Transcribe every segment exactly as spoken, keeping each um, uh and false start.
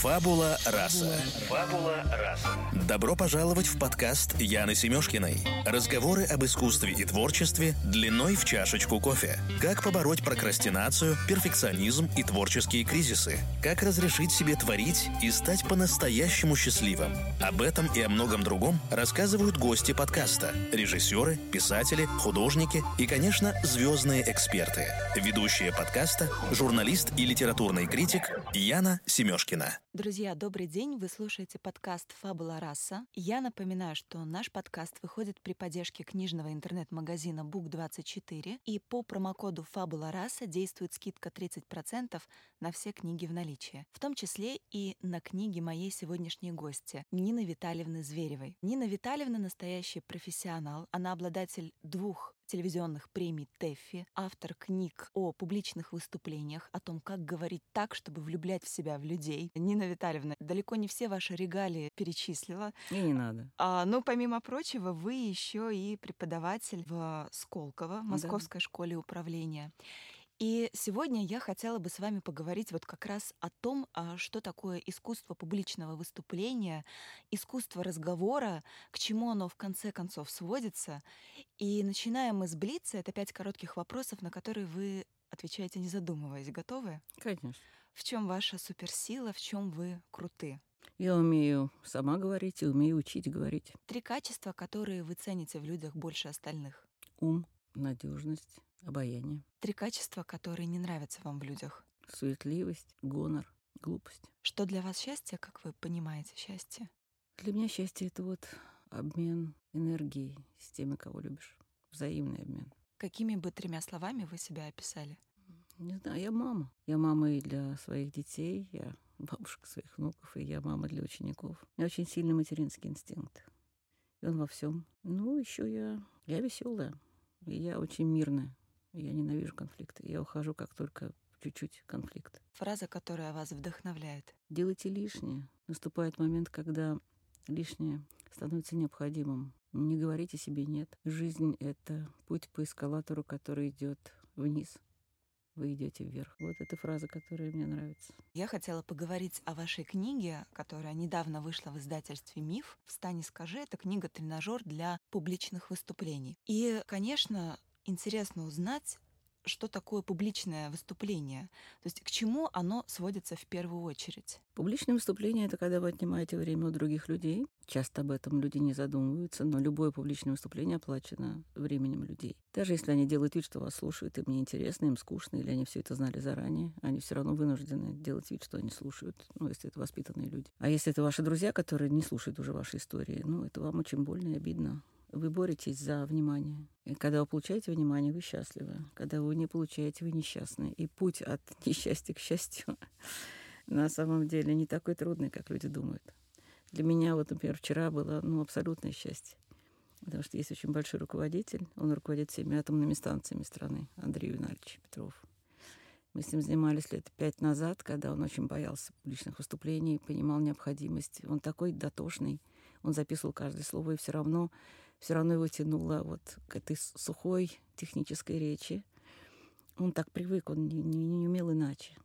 Фабула раса. Фабула раса. Добро пожаловать в подкаст Яны Семёшкиной. Разговоры об искусстве и творчестве длиной в чашечку кофе. Как побороть прокрастинацию, перфекционизм и творческие кризисы. Как разрешить себе творить и стать по-настоящему счастливым. Об этом и о многом другом рассказывают гости подкаста. Режиссеры, писатели, художники и, конечно, звездные эксперты. Ведущая подкаста, журналист и литературный критик Яна Семёшкина. Друзья, добрый день! Вы слушаете подкаст «Фабула раса». Я напоминаю, что наш подкаст выходит при поддержке книжного интернет-магазина бук двадцать четыре, и по промокоду «Фабула раса» действует скидка тридцать процентов на все книги в наличии, в том числе и на книги моей сегодняшней гости Нины Витальевны Зверевой. Нина Витальевна — настоящий профессионал. Она обладатель двух телевизионных премий ТЭФФИ, автор книг о публичных выступлениях, о том, как говорить так, чтобы влюблять в себя в людей. Нина Витальевна, далеко не все ваши регалии перечислила. И не надо. А, но, помимо прочего, вы еще и преподаватель в Сколково, Московской да. школе управления. И сегодня я хотела бы с вами поговорить вот как раз о том, что такое искусство публичного выступления, искусство разговора, к чему оно в конце концов сводится. И начинаем мы с блица. Это пять коротких вопросов, на которые вы отвечаете, не задумываясь. Готовы? Конечно. В чем ваша суперсила, в чем вы круты? Я умею сама говорить и умею учить говорить. Три качества, которые вы цените в людях больше остальных. Ум, надежность, обаяние. Три качества, которые не нравятся вам в людях. Суетливость, гонор, глупость. Что для вас счастье, как вы понимаете счастье? Для меня счастье — это вот обмен энергией с теми, кого любишь. Взаимный обмен. Какими бы тремя словами вы себя описали? Не знаю, я мама. Я мама и для своих детей, я бабушка своих внуков, и я мама для учеников. У меня очень сильный материнский инстинкт. И он во всем. Ну, еще я, я веселая. И я очень мирная. Я ненавижу конфликты. Я ухожу, как только чуть-чуть конфликт. Фраза, которая вас вдохновляет. Делайте лишнее. Наступает момент, когда лишнее становится необходимым. Не говорите себе «нет». Жизнь — это путь по эскалатору, который идет вниз. Вы идете вверх. Вот эта фраза, которая мне нравится. Я хотела поговорить о вашей книге, которая недавно вышла в издательстве «Миф». «Встань и скажи» — это книга-тренажер для публичных выступлений. И, конечно, интересно узнать, что такое публичное выступление, то есть к чему оно сводится в первую очередь. Публичное выступление — это когда вы отнимаете время у других людей. Часто об этом люди не задумываются, но любое публичное выступление оплачено временем людей. Даже если они делают вид, что вас слушают, им неинтересно, им скучно, или они все это знали заранее, они все равно вынуждены делать вид, что они слушают, ну, если это воспитанные люди. А если это ваши друзья, которые не слушают уже ваши истории, ну, это вам очень больно и обидно. Вы боретесь за внимание. И когда вы получаете внимание, вы счастливы. Когда вы не получаете, вы несчастны. И путь от несчастья к счастью на самом деле не такой трудный, как люди думают. Для меня, вот, например, вчера было ну, абсолютное счастье. Потому что есть очень большой руководитель. Он руководит всеми атомными станциями страны, Андрей Юнальевич Петров. Мы с ним занимались лет пять назад, когда он очень боялся публичных выступлений, понимал необходимость. Он такой дотошный. Он записывал каждое слово, и все равно, все равно его тянуло вот к этой сухой технической речи. Он так привык, он не, не, не умел иначе.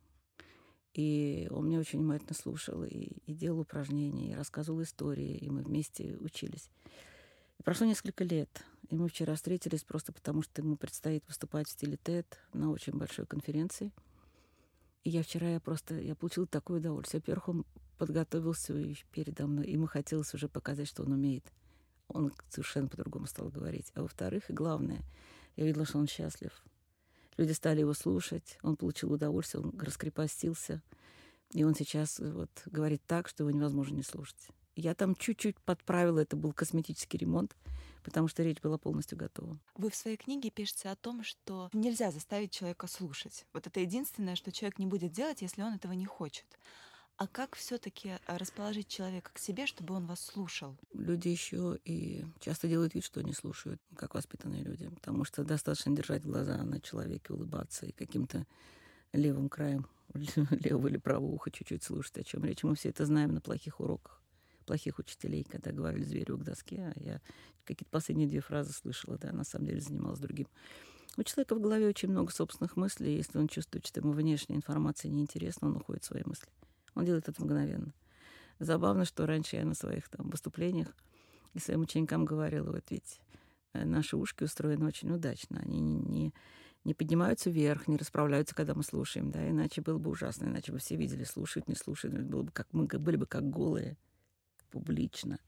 И он меня очень внимательно слушал, и, и делал упражнения, и рассказывал истории, и мы вместе учились. И прошло несколько лет, и мы вчера встретились просто потому, что ему предстоит выступать в стиле ТЭД на очень большой конференции. И я вчера я просто я получила такое удовольствие. Во-первых, он подготовился передо мной, ему хотелось уже показать, что он умеет. Он совершенно по-другому стал говорить. А во-вторых, и главное, я видела, что он счастлив. Люди стали его слушать, он получил удовольствие, он раскрепостился. И он сейчас вот говорит так, что его невозможно не слушать. Я там чуть-чуть подправила, это был косметический ремонт, потому что речь была полностью готова. Вы в своей книге пишете о том, что нельзя заставить человека слушать. Вот это единственное, что человек не будет делать, если он этого не хочет. А как все-таки расположить человека к себе, чтобы он вас слушал? Люди еще и часто делают вид, что не слушают, как воспитанные люди, потому что достаточно держать глаза на человеке, улыбаться и каким-то левым краем левого или правого уха чуть-чуть слушать, о чем речь. Мы все это знаем на плохих уроках. Плохих учителей, когда говорили «зверю к доске», а я какие-то последние две фразы слышала, да, на самом деле занималась другим. У человека в голове очень много собственных мыслей, и если он чувствует, что ему внешняя информация неинтересна, он уходит в свои мысли. Он делает это мгновенно. Забавно, что раньше я на своих там выступлениях и своим ученикам говорила, вот ведь наши ушки устроены очень удачно. Они не, не, не поднимаются вверх, не расправляются, когда мы слушаем, да, иначе было бы ужасно, иначе бы все видели, слушают, не слушают, было бы как, мы были бы как голые публично.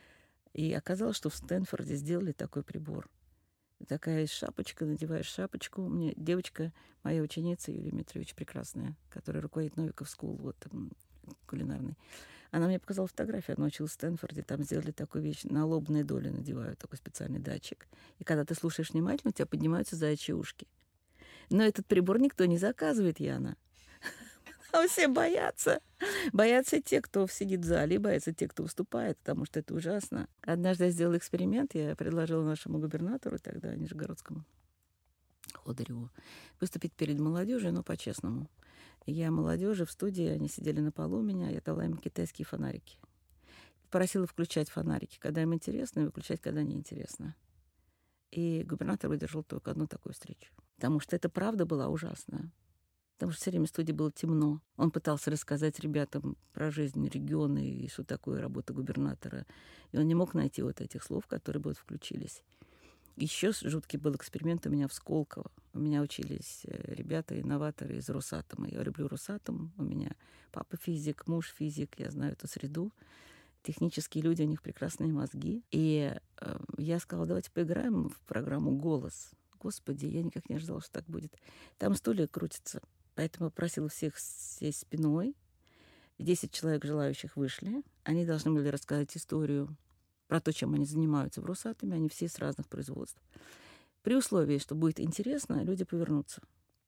И оказалось, что в Стэнфорде сделали такой прибор. Такая шапочка, надеваешь шапочку. У меня девочка, моя ученица Юлия Дмитриевич, прекрасная, которая руководит Новиков Скул, вот, кулинарный. Она мне показала фотографию, она училась в Стэнфорде, там сделали такую вещь, на лобные доли надевают такой специальный датчик. И когда ты слушаешь внимательно, у тебя поднимаются заячьи ушки. Но этот прибор никто не заказывает, Яна. А все боятся. Боятся те, кто сидит в зале, и боятся те, кто выступает, потому что это ужасно. Однажды я сделала эксперимент, я предложила нашему губернатору, тогда Нижегородскому, Ходыреву, выступить перед молодежью, но по-честному. Я молодежи в студии, они сидели на полу у меня, я дала им китайские фонарики. Попросила включать фонарики, когда им интересно, и выключать, когда неинтересно. И губернатор выдержал только одну такую встречу. Потому что это правда была ужасная. Потому что все время в студии было темно. Он пытался рассказать ребятам про жизнь региона и что такое работа губернатора. И он не мог найти вот этих слов, которые бы вот включились. Еще жуткий был эксперимент у меня в Сколково. У меня учились ребята, инноваторы из Росатома. Я люблю Росатом. У меня папа физик, муж физик. Я знаю эту среду. Технические люди, у них прекрасные мозги. И э, я сказала, давайте поиграем в программу «Голос». Господи, я никак не ожидала, что так будет. Там стулья крутятся. Поэтому попросила всех сесть спиной. Десять человек желающих вышли. Они должны были рассказать историю про то, чем они занимаются в Росатоме. Они все с разных производств. При условии, что будет интересно, люди повернутся.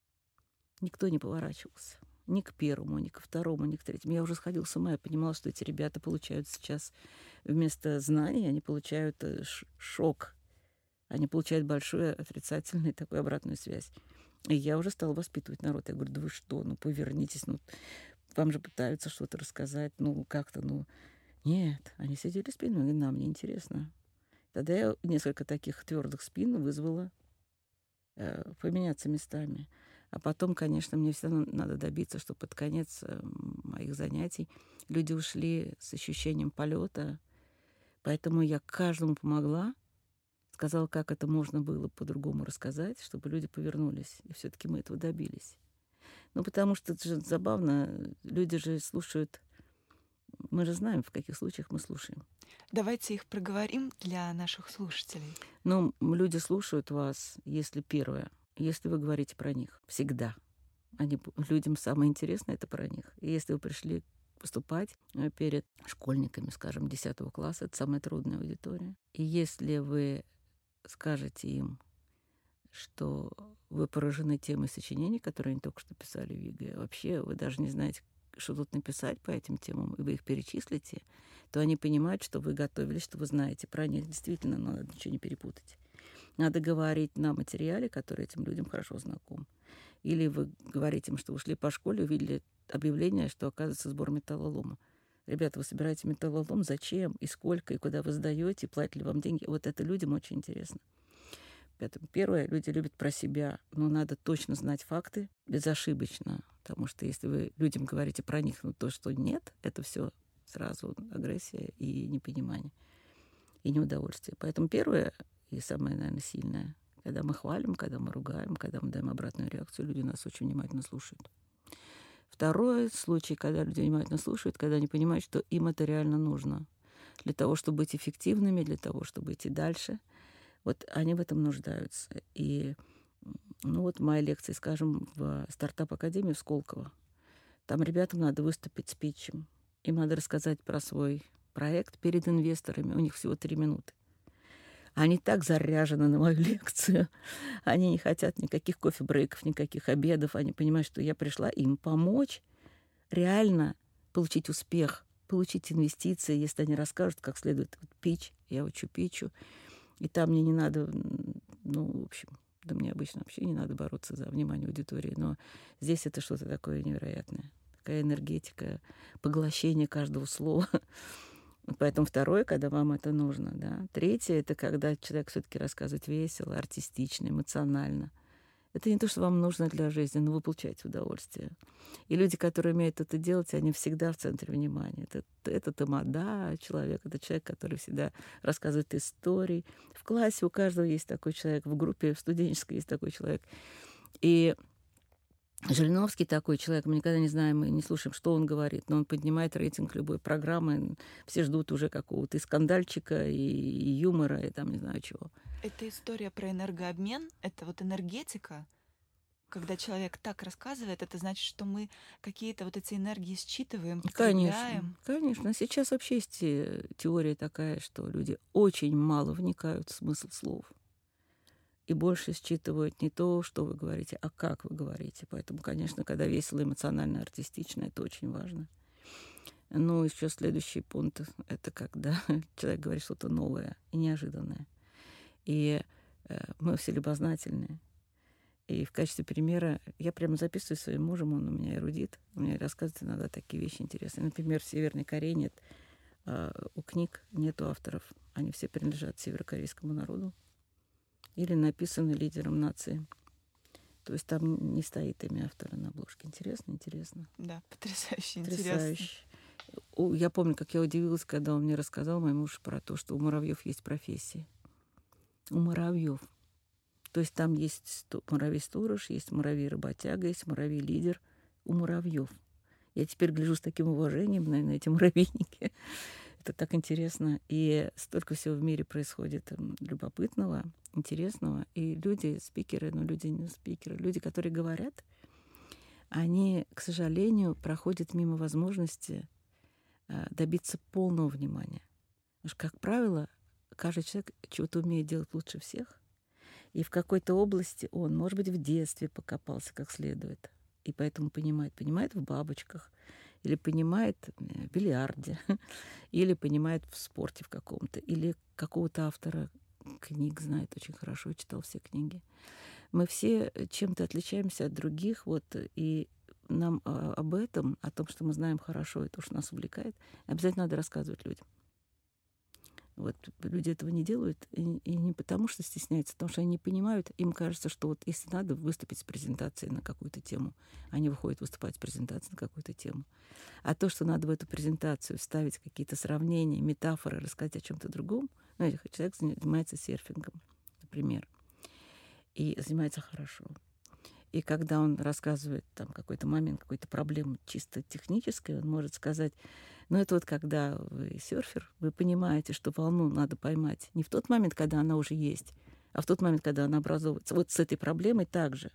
Никто не поворачивался. Ни к первому, ни ко второму, ни к третьему. Я уже сходила с ума. Я понимала, что эти ребята получают сейчас вместо знаний, они получают шок. Они получают большую отрицательную такую обратную связь. И я уже стала воспитывать народ. Я говорю, да вы что, ну повернитесь, ну вам же пытаются что-то рассказать, ну как-то, ну... Нет, они сидели спиной, говорят, нам неинтересно. Тогда я несколько таких твердых спин вызвала э, поменяться местами. А потом, конечно, мне всегда надо добиться, чтобы под конец э, моих занятий люди ушли с ощущением полета. Поэтому я каждому помогла, сказала, как это можно было по-другому рассказать, чтобы люди повернулись. И все-таки мы этого добились. Ну, потому что это же забавно. Люди же слушают... Мы же знаем, в каких случаях мы слушаем. Давайте их проговорим для наших слушателей. Ну, люди слушают вас, если первое, если вы говорите про них. Всегда. Они, людям самое интересное — это про них. И если вы пришли выступать перед школьниками, скажем, десятого класса, это самая трудная аудитория. И если вы скажете им, что вы поражены темой сочинений, которые они только что писали в ЕГЭ, вообще вы даже не знаете, что тут написать по этим темам, и вы их перечислите, то они понимают, что вы готовились, что вы знаете про них. Действительно, надо ничего не перепутать. Надо говорить на материале, который этим людям хорошо знаком. Или вы говорите им, что вы шли по школе, увидели объявление, что, оказывается, сбор металлолома. Ребята, вы собираете металлолом, зачем, и сколько, и куда вы сдаете, платят ли вам деньги. Вот это людям очень интересно. Поэтому первое, люди любят про себя, но надо точно знать факты безошибочно, потому что если вы людям говорите про них, ну, то, что нет, это все сразу агрессия и непонимание, и неудовольствие. Поэтому первое и самое, наверное, сильное, когда мы хвалим, когда мы ругаем, когда мы даем обратную реакцию, люди нас очень внимательно слушают. Второй случай, когда люди внимательно слушают, когда они понимают, что им это реально нужно для того, чтобы быть эффективными, для того, чтобы идти дальше. Вот они в этом нуждаются. И, ну вот моя лекция, скажем, в стартап-академии в Сколково. Там ребятам надо выступить с питчем. Им надо рассказать про свой проект перед инвесторами. У них всего три минуты. Они так заряжены на мою лекцию. Они не хотят никаких кофе-брейков, никаких обедов. Они понимают, что я пришла им помочь реально получить успех, получить инвестиции, если они расскажут, как следует вот, питч. Я учу питчу. И там мне не надо, ну, в общем, да мне обычно вообще не надо бороться за внимание аудитории. Но здесь это что-то такое невероятное. Такая энергетика, поглощение каждого слова. Поэтому второе, когда вам это нужно, да. Третье — это когда человек все-таки рассказывает весело, артистично, эмоционально. Это не то, что вам нужно для жизни, но вы получаете удовольствие. И люди, которые умеют это делать, они всегда в центре внимания. Это, это тамада человек, это человек, который всегда рассказывает истории. В классе у каждого есть такой человек, в группе, в студенческой есть такой человек. И Жириновский такой человек, мы никогда не знаем, мы не слушаем, что он говорит, но он поднимает рейтинг любой программы. Все ждут уже какого-то и скандальчика, и, и юмора, и там не знаю чего. Это история про энергообмен, это вот энергетика. Когда человек так рассказывает, это значит, что мы какие-то вот эти энергии считываем, потребляем. Конечно, конечно. Сейчас вообще есть теория такая, что люди очень мало вникают в смысл слов. И больше считывают не то, что вы говорите, а как вы говорите. Поэтому, конечно, когда весело, эмоционально, артистично, это очень важно. Ну, еще следующий пункт — это когда человек говорит что-то новое и неожиданное. И э, мы все любознательные. И в качестве примера я прямо записываю своим мужем, он у меня эрудит, он мне рассказывает иногда такие вещи интересные. Например, в Северной Корее нет, э, у книг нету авторов. Они все принадлежат северокорейскому народу. Или написаны лидером нации. То есть там не стоит имя автора на обложке. Интересно, интересно. Да, потрясающе, потрясающе. Интересно. Я помню, как я удивилась, когда он мне рассказал, мой муж, про то, что у муравьев есть профессии. У муравьев. То есть там есть муравей-сторож, есть муравей-работяга, есть муравей-лидер. У муравьев. Я теперь гляжу с таким уважением на, на эти муравейники. Это так интересно. И столько всего в мире происходит любопытного, интересного. И люди, спикеры, ну, люди не спикеры, люди, которые говорят, они, к сожалению, проходят мимо возможности добиться полного внимания. Потому что, как правило, каждый человек чего-то умеет делать лучше всех. И в какой-то области он, может быть, в детстве покопался как следует. И поэтому понимает. Понимает в бабочках, или понимает в бильярде, или понимает в спорте в каком-то, или какого-то автора книг знает очень хорошо, читал все книги. Мы все чем-то отличаемся от других, вот, и нам об этом, о том, что мы знаем хорошо, и то, что нас увлекает, обязательно надо рассказывать людям. Вот люди этого не делают, и, и не потому, что стесняются, потому что они не понимают, им кажется, что вот если надо выступить с презентацией на какую-то тему, они выходят выступать с презентацией на какую-то тему. А то, что надо в эту презентацию вставить какие-то сравнения, метафоры, рассказать о чем-то другом, ну, человек занимается серфингом, например, и занимается хорошо. И когда он рассказывает там какой-то момент, какой-то проблему чисто технической, он может сказать, ну это вот когда вы серфер, вы понимаете, что волну надо поймать не в тот момент, когда она уже есть, а в тот момент, когда она образовывается. Вот с этой проблемой также.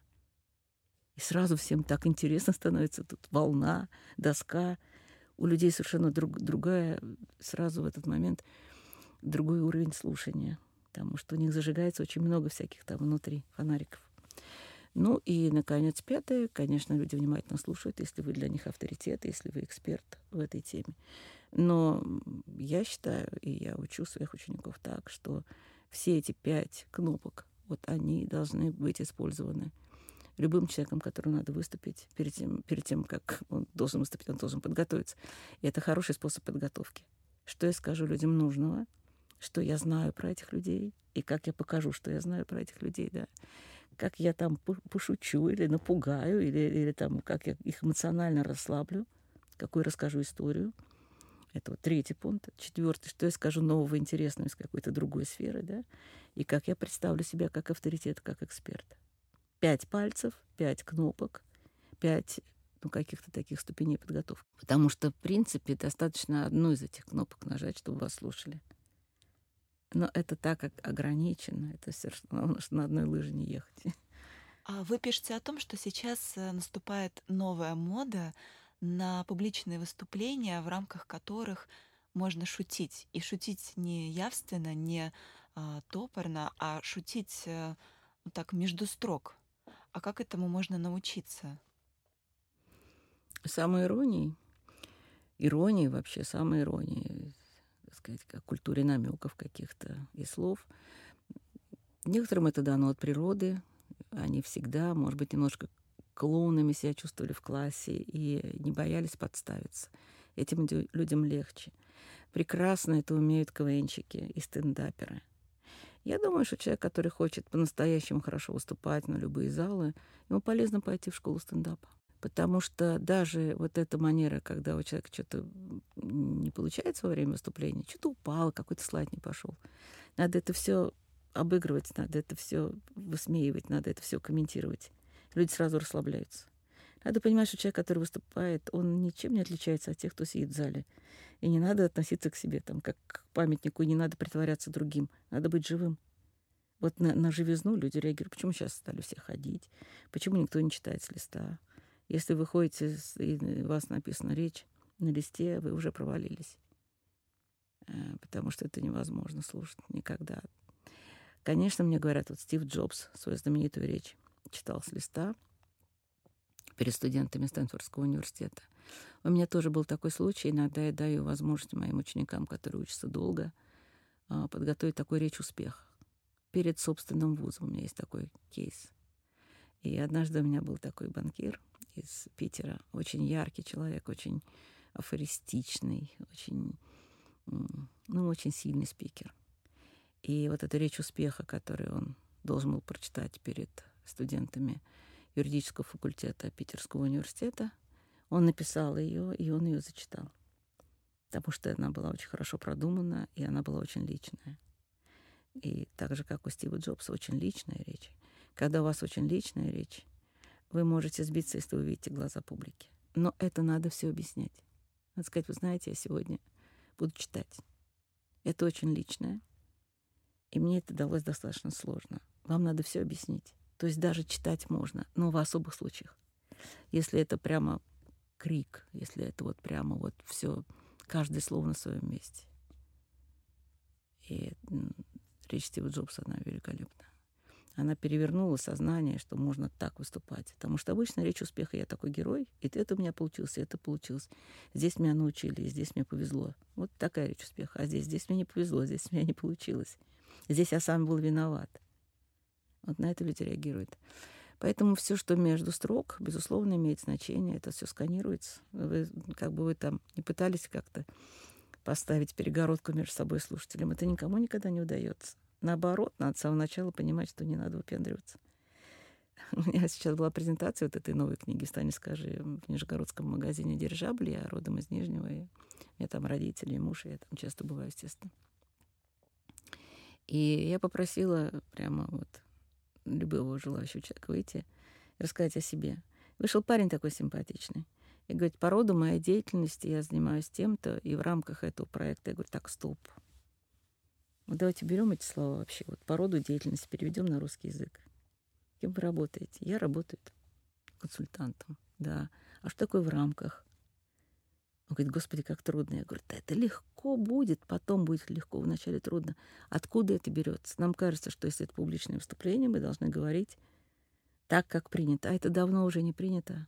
И сразу всем так интересно становится. Тут волна, доска. У людей совершенно друг, другая, сразу в этот момент другой уровень слушания. Потому что у них зажигается очень много всяких там внутри фонариков. Ну и, наконец, пятое. Конечно, люди внимательно слушают, если вы для них авторитет, если вы эксперт в этой теме. Но я считаю, и я учу своих учеников так, что все эти пять кнопок, вот они должны быть использованы любым человеком, которому надо выступить. Перед тем, перед тем, как он должен выступить, он должен подготовиться. И это хороший способ подготовки. Что я скажу людям нужного, что я знаю про этих людей, и как я покажу, что я знаю про этих людей, да. Как я там пошучу или напугаю, или, или там, как я их эмоционально расслаблю, какую расскажу историю. Это вот третий пункт. Четвертый, что я скажу нового, интересного из какой-то другой сферы, да, и как я представлю себя как авторитет, как эксперт. Пять пальцев, пять кнопок, пять, ну, каких-то таких ступеней подготовки. Потому что, в принципе, достаточно одну из этих кнопок нажать, чтобы вас слушали. Но это так как ограничено, это все равно, что на одной лыже не ехать. А вы пишете о том, что сейчас наступает новая мода на публичные выступления, в рамках которых можно шутить. И шутить не явственно, не а, топорно, а шутить а, вот так между строк. А как этому можно научиться? Самоиронией. Иронии вообще, самоиронии. Так сказать, как культуре намеков каких-то и слов. Некоторым это дано от природы. Они всегда, может быть, немножко клоунами себя чувствовали в классе и не боялись подставиться. Этим людям легче. Прекрасно это умеют КВНщики и стендаперы. Я думаю, что человек, который хочет по-настоящему хорошо выступать на любые залы, ему полезно пойти в школу стендапа. Потому что даже вот эта манера, когда у человека что-то не получается во время выступления, что-то упало, какой-то слайд не пошел. Надо это все обыгрывать, надо это все высмеивать, надо это все комментировать. Люди сразу расслабляются. Надо понимать, что человек, который выступает, он ничем не отличается от тех, кто сидит в зале. И не надо относиться к себе там, как к памятнику, и не надо притворяться другим. Надо быть живым. Вот на, на живизну люди реагируют. Почему сейчас стали все ходить? Почему никто не читает с листа? Если вы ходите, и у вас написана речь на листе, вы уже провалились. Потому что это невозможно слушать никогда. Конечно, мне говорят, вот Стив Джобс свою знаменитую речь читал с листа перед студентами Стэнфордского университета. У меня тоже был такой случай. Иногда я даю возможность моим ученикам, которые учатся долго, подготовить такой речь успеха перед собственным вузом. У меня есть такой кейс. И однажды у меня был такой банкир из Питера, очень яркий человек, очень афористичный, очень, ну, очень сильный спикер. И вот эта речь успеха, которую он должен был прочитать перед студентами юридического факультета Питерского университета, он написал ее, и он ее зачитал. Потому что она была очень хорошо продумана, и она была очень личная. И так же, как у Стива Джобса, очень личная речь. Когда у вас очень личная речь, вы можете сбиться, если вы увидите глаза публики. Но это надо все объяснять. Надо сказать, вы знаете, я сегодня буду читать. Это очень личное. И мне это далось достаточно сложно. Вам надо все объяснить. То есть даже читать можно, но в особых случаях. Если это прямо крик, если это вот прямо вот все, каждое слово на своем месте. И речь Стива Джобса, она великолепна. Она перевернула сознание, что можно так выступать. Потому что обычно речь успеха, я такой герой, и это у меня получилось, и это получилось. Здесь меня научили, и здесь мне повезло. Вот такая речь успеха. А здесь, здесь мне не повезло, здесь у меня не получилось. Здесь я сам был виноват. Вот на это люди реагируют. Поэтому все, что между строк, безусловно, имеет значение. Это все сканируется. Вы, как бы вы там не пытались как-то поставить перегородку между собой и слушателем, это никому никогда не удается. Наоборот, надо с самого начала понимать, что не надо выпендриваться. У меня сейчас была презентация вот этой новой книги «Встань и скажи» в нижегородском магазине «Дирижабль». Я родом из Нижнего, и у меня там родители, и муж, и я там часто бываю, естественно. И я попросила прямо вот любого желающего человека выйти и рассказать о себе. Вышел парень такой симпатичный. И говорит, по роду моей деятельности я занимаюсь тем-то, и в рамках этого проекта я говорю, так, стоп. Вот давайте берем эти слова вообще. Вот по роду деятельности переведем на русский язык. Кем вы работаете? Я работаю консультантом, да. А что такое в рамках? Он говорит, господи, как трудно. Я говорю, да это легко будет, потом будет легко, вначале трудно. Откуда это берется? Нам кажется, что если это публичное выступление, мы должны говорить так, как принято. А это давно уже не принято.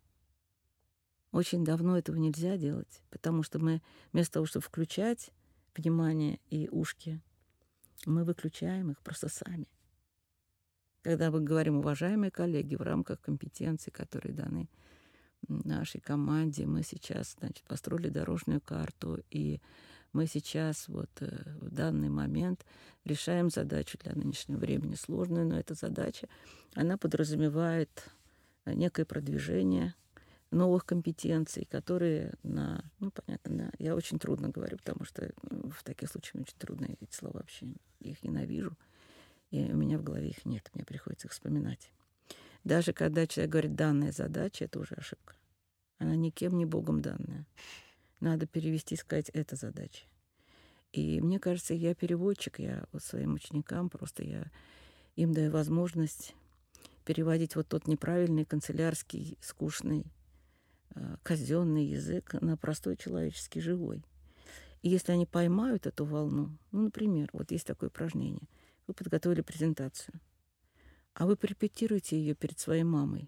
Очень давно этого нельзя делать, потому что мы вместо того, чтобы включать внимание и ушки, мы выключаем их просто сами. Когда мы говорим, уважаемые коллеги, в рамках компетенций, которые даны нашей команде, мы сейчас, значит, построили дорожную карту, и мы сейчас вот в данный момент решаем задачу для нынешнего времени сложную, но эта задача, она подразумевает некое продвижение новых компетенций, которые на... Ну, понятно, да, я очень трудно говорю, потому что в таких случаях очень трудно эти слова вообще, я их ненавижу, и у меня в голове их нет, мне приходится их вспоминать. Даже когда человек говорит «данная задача», это уже ошибка. Она никем, ни Богом данная. Надо перевести, сказать «это задача». И мне кажется, я переводчик, я вот своим ученикам просто я им даю возможность переводить вот тот неправильный, канцелярский, скучный, казенный язык на простой человеческий, живой. И если они поймают эту волну, ну, например, вот есть такое упражнение. Вы подготовили презентацию, а вы порепетируете ее перед своей мамой.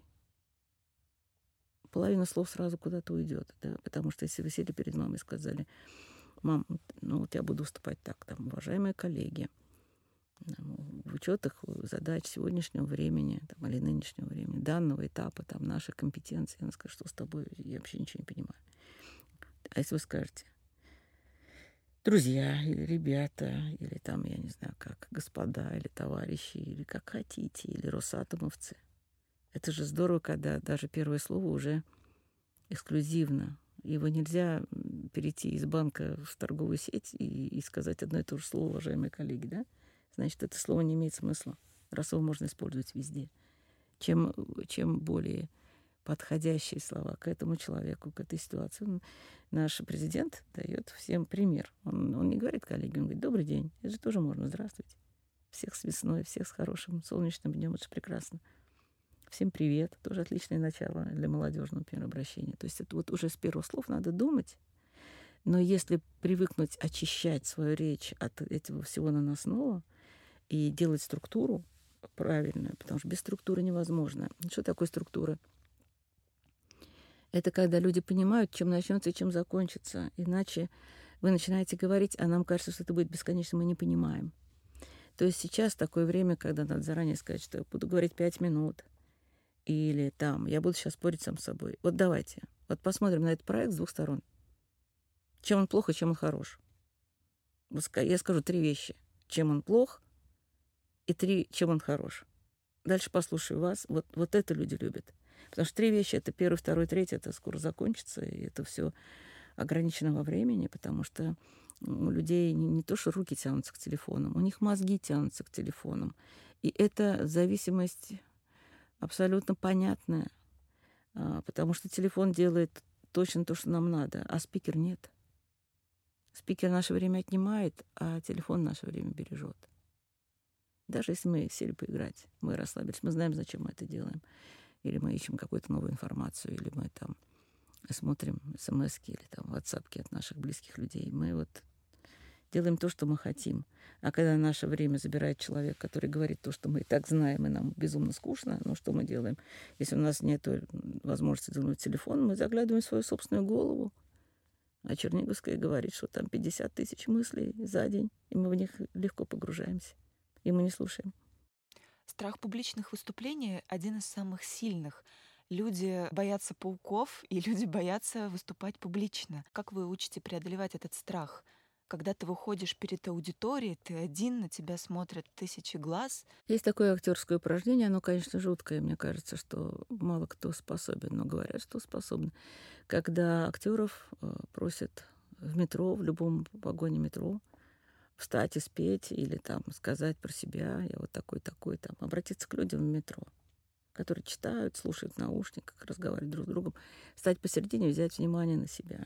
Половина слов сразу куда-то уйдет, да? Потому что если вы сели перед мамой и сказали, мам, ну вот я буду выступать так, там, уважаемые коллеги, в учетах задач сегодняшнего времени там, или нынешнего времени, данного этапа, там, наших компетенций, она скажет, что с тобой, я вообще ничего не понимаю. А если вы скажете, друзья или ребята, или там, я не знаю, как господа, или товарищи, или как хотите, или росатомовцы. Это же здорово, когда даже первое слово уже эксклюзивно. Его нельзя перейти из банка в торговую сеть и, и сказать одно и то же слово, уважаемые коллеги, да? Значит, это слово не имеет смысла, раз его можно использовать везде. Чем, чем более подходящие слова к этому человеку, к этой ситуации. Наш президент дает всем пример. Он, он не говорит коллеге, он говорит: добрый день. Это же тоже можно. Здравствуйте. Всех с весной, всех с хорошим солнечным днем. Это же прекрасно. Всем привет. Тоже отличное начало для молодежного первого обращения. То есть это вот уже с первых слов надо думать. Но если привыкнуть очищать свою речь от этого всего наносного и делать структуру правильную, потому что без структуры невозможно. Что такое структура? Это когда люди понимают, чем начнется и чем закончится. Иначе вы начинаете говорить, а нам кажется, что это будет бесконечно, мы не понимаем. То есть сейчас такое время, когда надо заранее сказать, что я буду говорить пять минут, или там, я буду сейчас спорить сам с собой. Вот давайте, вот посмотрим на этот проект с двух сторон. Чем он плох и чем он хорош. Я скажу три вещи. Чем он плох и три, чем он хорош. Дальше послушаю вас. Вот, вот это люди любят. Потому что три вещи — это первый, второй, третий, это скоро закончится, и это все ограничено во времени, потому что у людей не, не то, что руки тянутся к телефонам, у них мозги тянутся к телефонам. И это зависимость абсолютно понятная, потому что телефон делает точно то, что нам надо, а спикер нет. Спикер наше время отнимает, а телефон наше время бережет. Даже если мы сели поиграть, мы расслабились, мы знаем, зачем мы это делаем. Или мы ищем какую-то новую информацию, или мы там смотрим смс-ки или там ватсапки от наших близких людей. Мы вот делаем то, что мы хотим. А когда наше время забирает человек, который говорит то, что мы и так знаем, и нам безумно скучно, ну что мы делаем? Если у нас нет возможности взглянуть в телефон, мы заглядываем в свою собственную голову. А Черниговская говорит, что там пятьдесят тысяч мыслей за день, и мы в них легко погружаемся, и мы не слушаем. Страх публичных выступлений — один из самых сильных. Люди боятся пауков, и люди боятся выступать публично. Как вы учите преодолевать этот страх? Когда ты выходишь перед аудиторией, ты один, на тебя смотрят тысячи глаз. Есть такое актерское упражнение, оно, конечно, жуткое. Мне кажется, что мало кто способен, но говорят, что способны. Когда актеров просят в метро, в любом вагоне метро, встать и спеть, или там сказать про себя, я вот такой-такой, там, обратиться к людям в метро, которые читают, слушают в наушниках, разговаривают друг с другом, встать посередине и взять внимание на себя.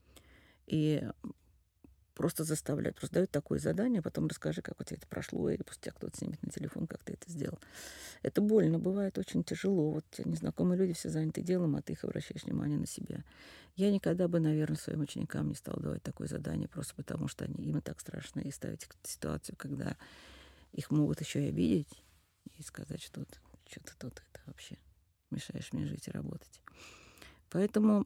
И просто заставляют, просто дают такое задание, а потом расскажи, как у тебя это прошло, или пусть тебя кто-то снимет на телефон, как ты это сделал. Это больно, бывает очень тяжело. Вот незнакомые люди все заняты делом, а ты их обращаешь внимание на себя. Я никогда бы, наверное, своим ученикам не стала давать такое задание, просто потому что они, им и так страшно, и ставить в ситуацию, когда их могут еще и обидеть, и сказать, что что ты тут это вообще мешаешь мне жить и работать. Поэтому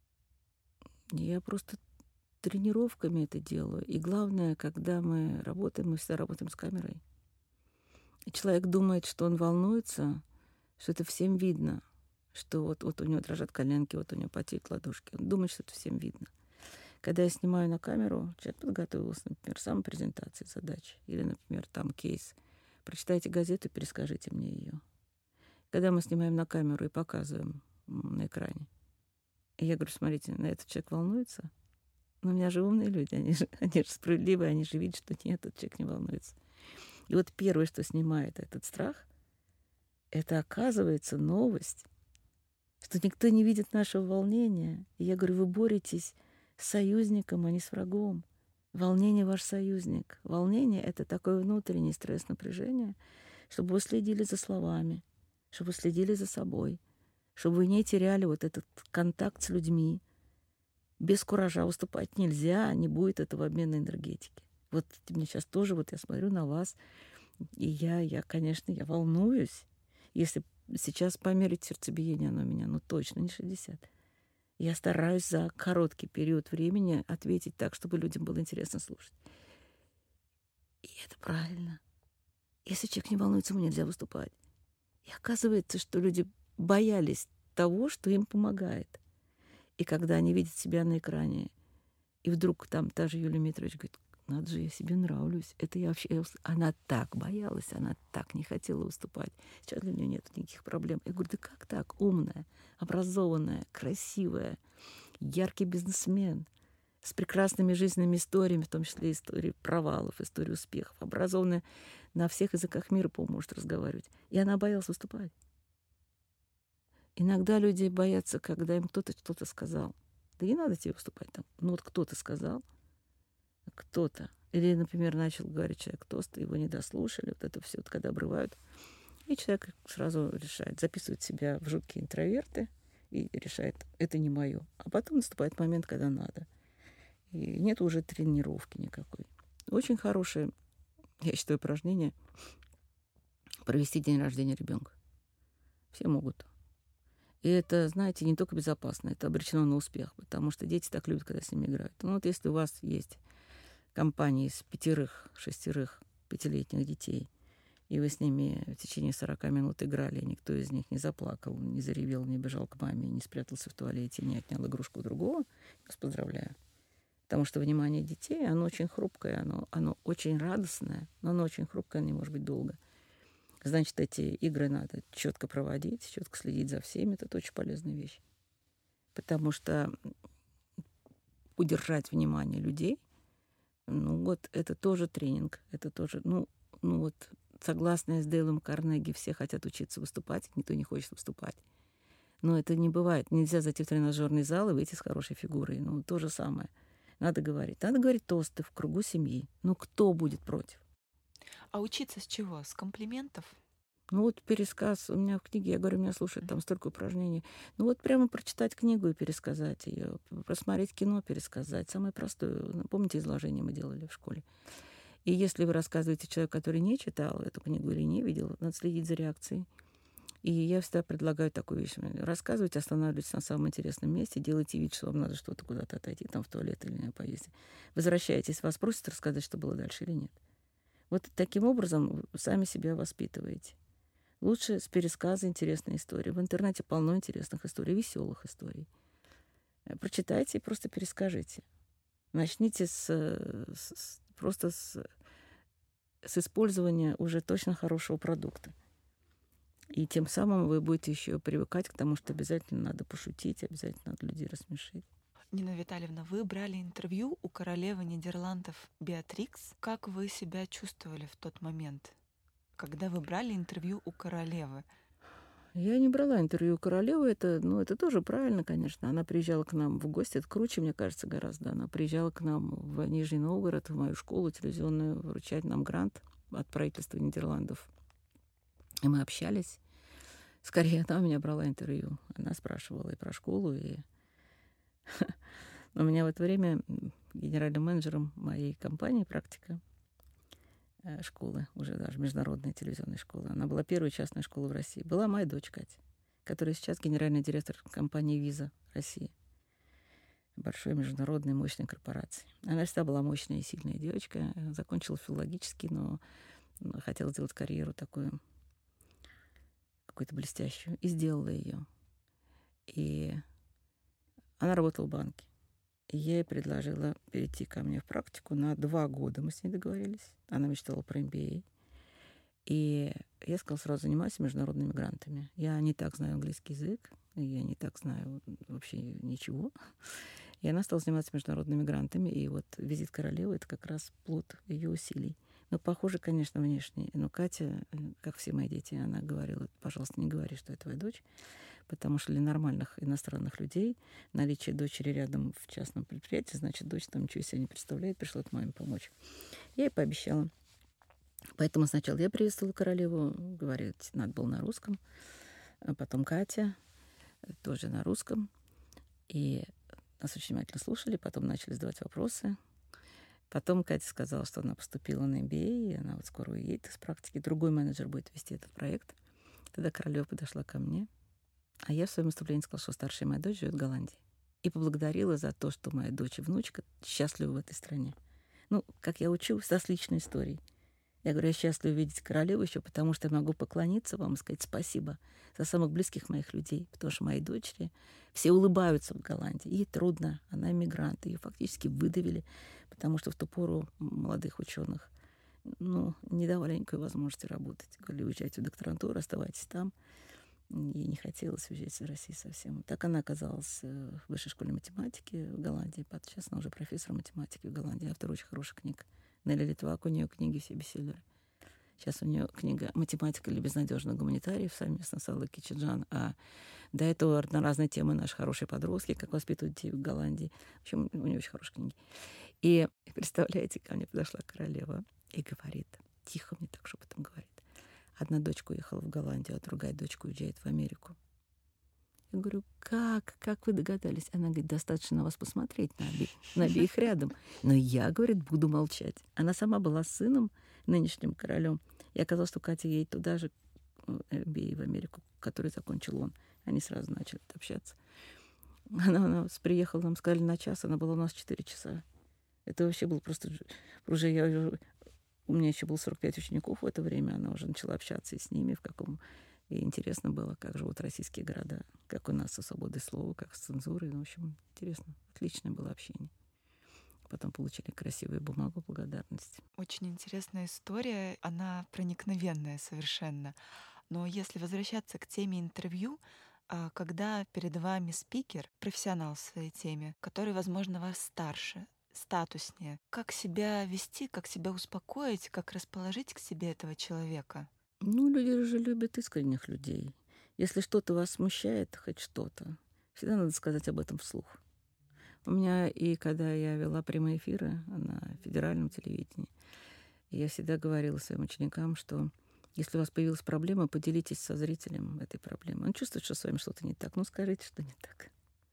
я просто тренировками это делаю. И главное, когда мы работаем, мы всегда работаем с камерой. И человек думает, что он волнуется, что это всем видно, что вот, вот у него дрожат коленки, вот у него потеют ладошки. Он думает, что это всем видно. Когда я снимаю на камеру, человек подготовился, например, самопрезентации задач, или, например, там кейс. Прочитайте газету, перескажите мне ее. Когда мы снимаем на камеру и показываем на экране, и я говорю: смотрите, на этот человек волнуется. Но у меня же умные люди, они же, они же справедливые, они же видят, что нет, этот человек не волнуется. И вот первое, что снимает этот страх, это, оказывается, новость, что никто не видит нашего волнения. И я говорю: вы боретесь с союзником, а не с врагом. Волнение — ваш союзник. Волнение — это такое внутреннее стресс-напряжение, чтобы вы следили за словами, чтобы вы следили за собой, чтобы вы не теряли вот этот контакт с людьми. Без куража выступать нельзя, не будет этого обмена энергетики. Вот мне сейчас тоже, вот я смотрю на вас, и я, я, конечно, я волнуюсь. Если сейчас померить сердцебиение, оно у меня, ну, точно не шестьдесят. Я стараюсь за короткий период времени ответить так, чтобы людям было интересно слушать. И это правильно. Если человек не волнуется, ему нельзя выступать. И оказывается, что люди боялись того, что им помогает. И когда они видят себя на экране И вдруг там та же Юлия Митрович говорит: надо же, я себе нравлюсь. Это я вообще... Она так боялась, она так не хотела выступать. Сейчас для нее нет никаких проблем. Я говорю: да как так? Умная, образованная, красивая, яркий бизнесмен, с прекрасными жизненными историями, в том числе истории провалов, истории успехов, образованная, на всех языках мира, по-моему, может разговаривать. И она боялась выступать. Иногда люди боятся, когда им кто-то что-то сказал. Да не надо тебе выступать там. Ну вот кто-то сказал, кто-то. Или, например, начал говорить человек тост, его не дослушали. Вот это все, вот, когда обрывают. И человек сразу решает, записывает себя в жуткие интроверты и решает, это не мое. А потом наступает момент, когда надо. И нет уже тренировки никакой. Очень хорошее, я считаю, упражнение провести день рождения ребенка. Все могут. И это, знаете, не только безопасно, это обречено на успех, потому что дети так любят, когда с ними играют. Ну вот если у вас есть компания из пятерых, шестерых, пятилетних детей, и вы с ними в течение сорока минут играли, и никто из них не заплакал, не заревел, не бежал к маме, не спрятался в туалете, не отнял игрушку у другого, я вас поздравляю. Потому что внимание детей, оно очень хрупкое, оно, оно очень радостное, но оно очень хрупкое, оно не может быть долго. Значит, эти игры надо четко проводить, четко следить за всеми. Это очень полезная вещь. Потому что удержать внимание людей, ну вот это тоже тренинг, это тоже, ну, ну вот согласно с Дейлом Карнеги, все хотят учиться выступать, никто не хочет выступать. Но это не бывает. Нельзя зайти в тренажерный зал и выйти с хорошей фигурой. Ну, то же самое. Надо говорить. Надо говорить тосты в кругу семьи. Ну, кто будет против? А учиться с чего? С комплиментов? Ну вот пересказ. У меня в книге, я говорю, меня слушают там столько упражнений. Ну вот прямо прочитать книгу и пересказать ее. Просмотреть кино, пересказать. Самое простое. Помните, изложение мы делали в школе? И если вы рассказываете человеку, который не читал эту книгу или не видел, надо следить за реакцией. И я всегда предлагаю такую вещь. Рассказывайте, останавливайтесь на самом интересном месте, делайте вид, что вам надо что-то куда-то отойти, там в туалет или на поездке. Возвращаетесь, вас просят рассказать, что было дальше или нет. Вот таким образом вы сами себя воспитываете. Лучше с пересказа интересной истории. В интернете полно интересных историй, веселых историй. Прочитайте и просто перескажите. Начните с, с, просто с, с использования уже точно хорошего продукта. И тем самым вы будете еще привыкать к тому, что обязательно надо пошутить, обязательно надо людей рассмешить. Нина Витальевна, вы брали интервью у королевы Нидерландов Беатрикс. Как вы себя чувствовали в тот момент, когда вы брали интервью у королевы? Я не брала интервью у королевы. Это, ну, это тоже правильно, конечно. Она приезжала к нам в гости. Это круче, мне кажется, гораздо. Она приезжала к нам в Нижний Новгород, в мою школу телевизионную, вручать нам грант от правительства Нидерландов. И мы общались. Скорее, она у меня брала интервью. Она спрашивала и про школу, и... У меня в это время генеральным менеджером моей компании «Практика» школы, уже даже международной телевизионной школы, она была первой частной школой в России, была моя дочь Катя, которая сейчас генеральный директор компании «Виза России», большой международной мощной корпорации. Она всегда была мощная и сильная девочка, закончила филологический, но хотела сделать карьеру такую, какую-то блестящую, и сделала ее. И она работала в банке. И я ей предложила перейти ко мне в практику на два года. Мы с ней договорились. Она мечтала про эм би эй. И я сказала, сразу занимайся международными грантами. Я не так знаю английский язык, я не так знаю вообще ничего. И она стала заниматься международными грантами. И вот визит королевы — это как раз плод ее усилий. Ну, похоже, конечно, внешне. Но Катя, как все мои дети, она говорила: пожалуйста, не говори, что я твоя дочь. Потому что для нормальных иностранных людей наличие дочери рядом в частном предприятии, значит, дочь там ничего из себя не представляет, пришла к маме помочь. Я ей пообещала. Поэтому сначала я приветствовала королеву, говорить надо было на русском, а потом Катя, тоже на русском. И нас очень внимательно слушали, потом начали задавать вопросы. Потом Катя сказала, что она поступила на эм би эй, и она вот скоро уедет из практики. Другой менеджер будет вести этот проект. Тогда королева подошла ко мне. А я в своем выступлении сказала, что старшая моя дочь живет в Голландии. И поблагодарила за то, что моя дочь и внучка счастливы в этой стране. Ну, как я учу, со с личной историей. Я говорю, я счастлива видеть королеву еще, потому что я могу поклониться вам и сказать спасибо за самых близких моих людей, потому что мои дочери все улыбаются в Голландии. Ей трудно, она иммигрант, ее фактически выдавили, потому что в ту пору молодых ученых ну, не давали никакой возможности работать. Говорили, уезжайте в докторантуру, оставайтесь там. Ей не хотелось уезжать из России совсем. Так она оказалась в высшей школе математики в Голландии. Сейчас она уже профессор математики в Голландии. Автор очень хороших книг. Нелли Литвак, у нее книги все бестселлеры. Сейчас у нее книга «Математика для безнадежных гуманитариев» совместно с Аллой Кичиджан. А до этого на разные темы наши хорошие подростки, как воспитывать детей в Голландии. В общем, у нее очень хорошие книги. И, представляете, ко мне подошла королева и говорит, тихо мне так шепотом говорит, одна дочка уехала в Голландию, а другая дочка уезжает в Америку. Я говорю, как? Как вы догадались? Она говорит, достаточно на вас посмотреть, на, обе... на обеих рядом. Но я, говорит, буду молчать. Она сама была сыном, нынешним королем. И оказалось, что Катя едет туда же, эм би эй в Америку, который закончил он. Они сразу начали общаться. Она у нас приехала, нам сказали на час, она была у нас четыре часа. Это вообще был просто... Уже я уже... У меня еще было сорок пять учеников в это время, она уже начала общаться и с ними, в каком... И интересно было, как живут российские города, как у нас со свободой слова, как с цензурой. Ну, в общем, интересно. Отличное было общение. Потом получили красивую бумагу благодарности. Очень интересная история, она проникновенная совершенно. Но если возвращаться к теме интервью, когда перед вами спикер, профессионал в своей теме, который, возможно, вас старше, статуснее, как себя вести, как себя успокоить, как расположить к себе этого человека? Ну, люди же любят искренних людей. Если что-то вас смущает, хоть что-то, всегда надо сказать об этом вслух. У меня и когда я вела прямые эфиры на федеральном телевидении, я всегда говорила своим ученикам, что если у вас появилась проблема, поделитесь со зрителем этой проблемой. Он чувствует, что с вами что-то не так. Ну, скажите, что не так.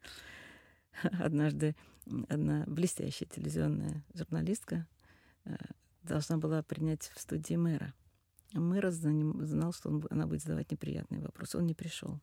Однажды одна блестящая телевизионная журналистка должна была принять в студии мэра. Мэр знал, что он, она будет задавать неприятные вопросы. Он не пришел.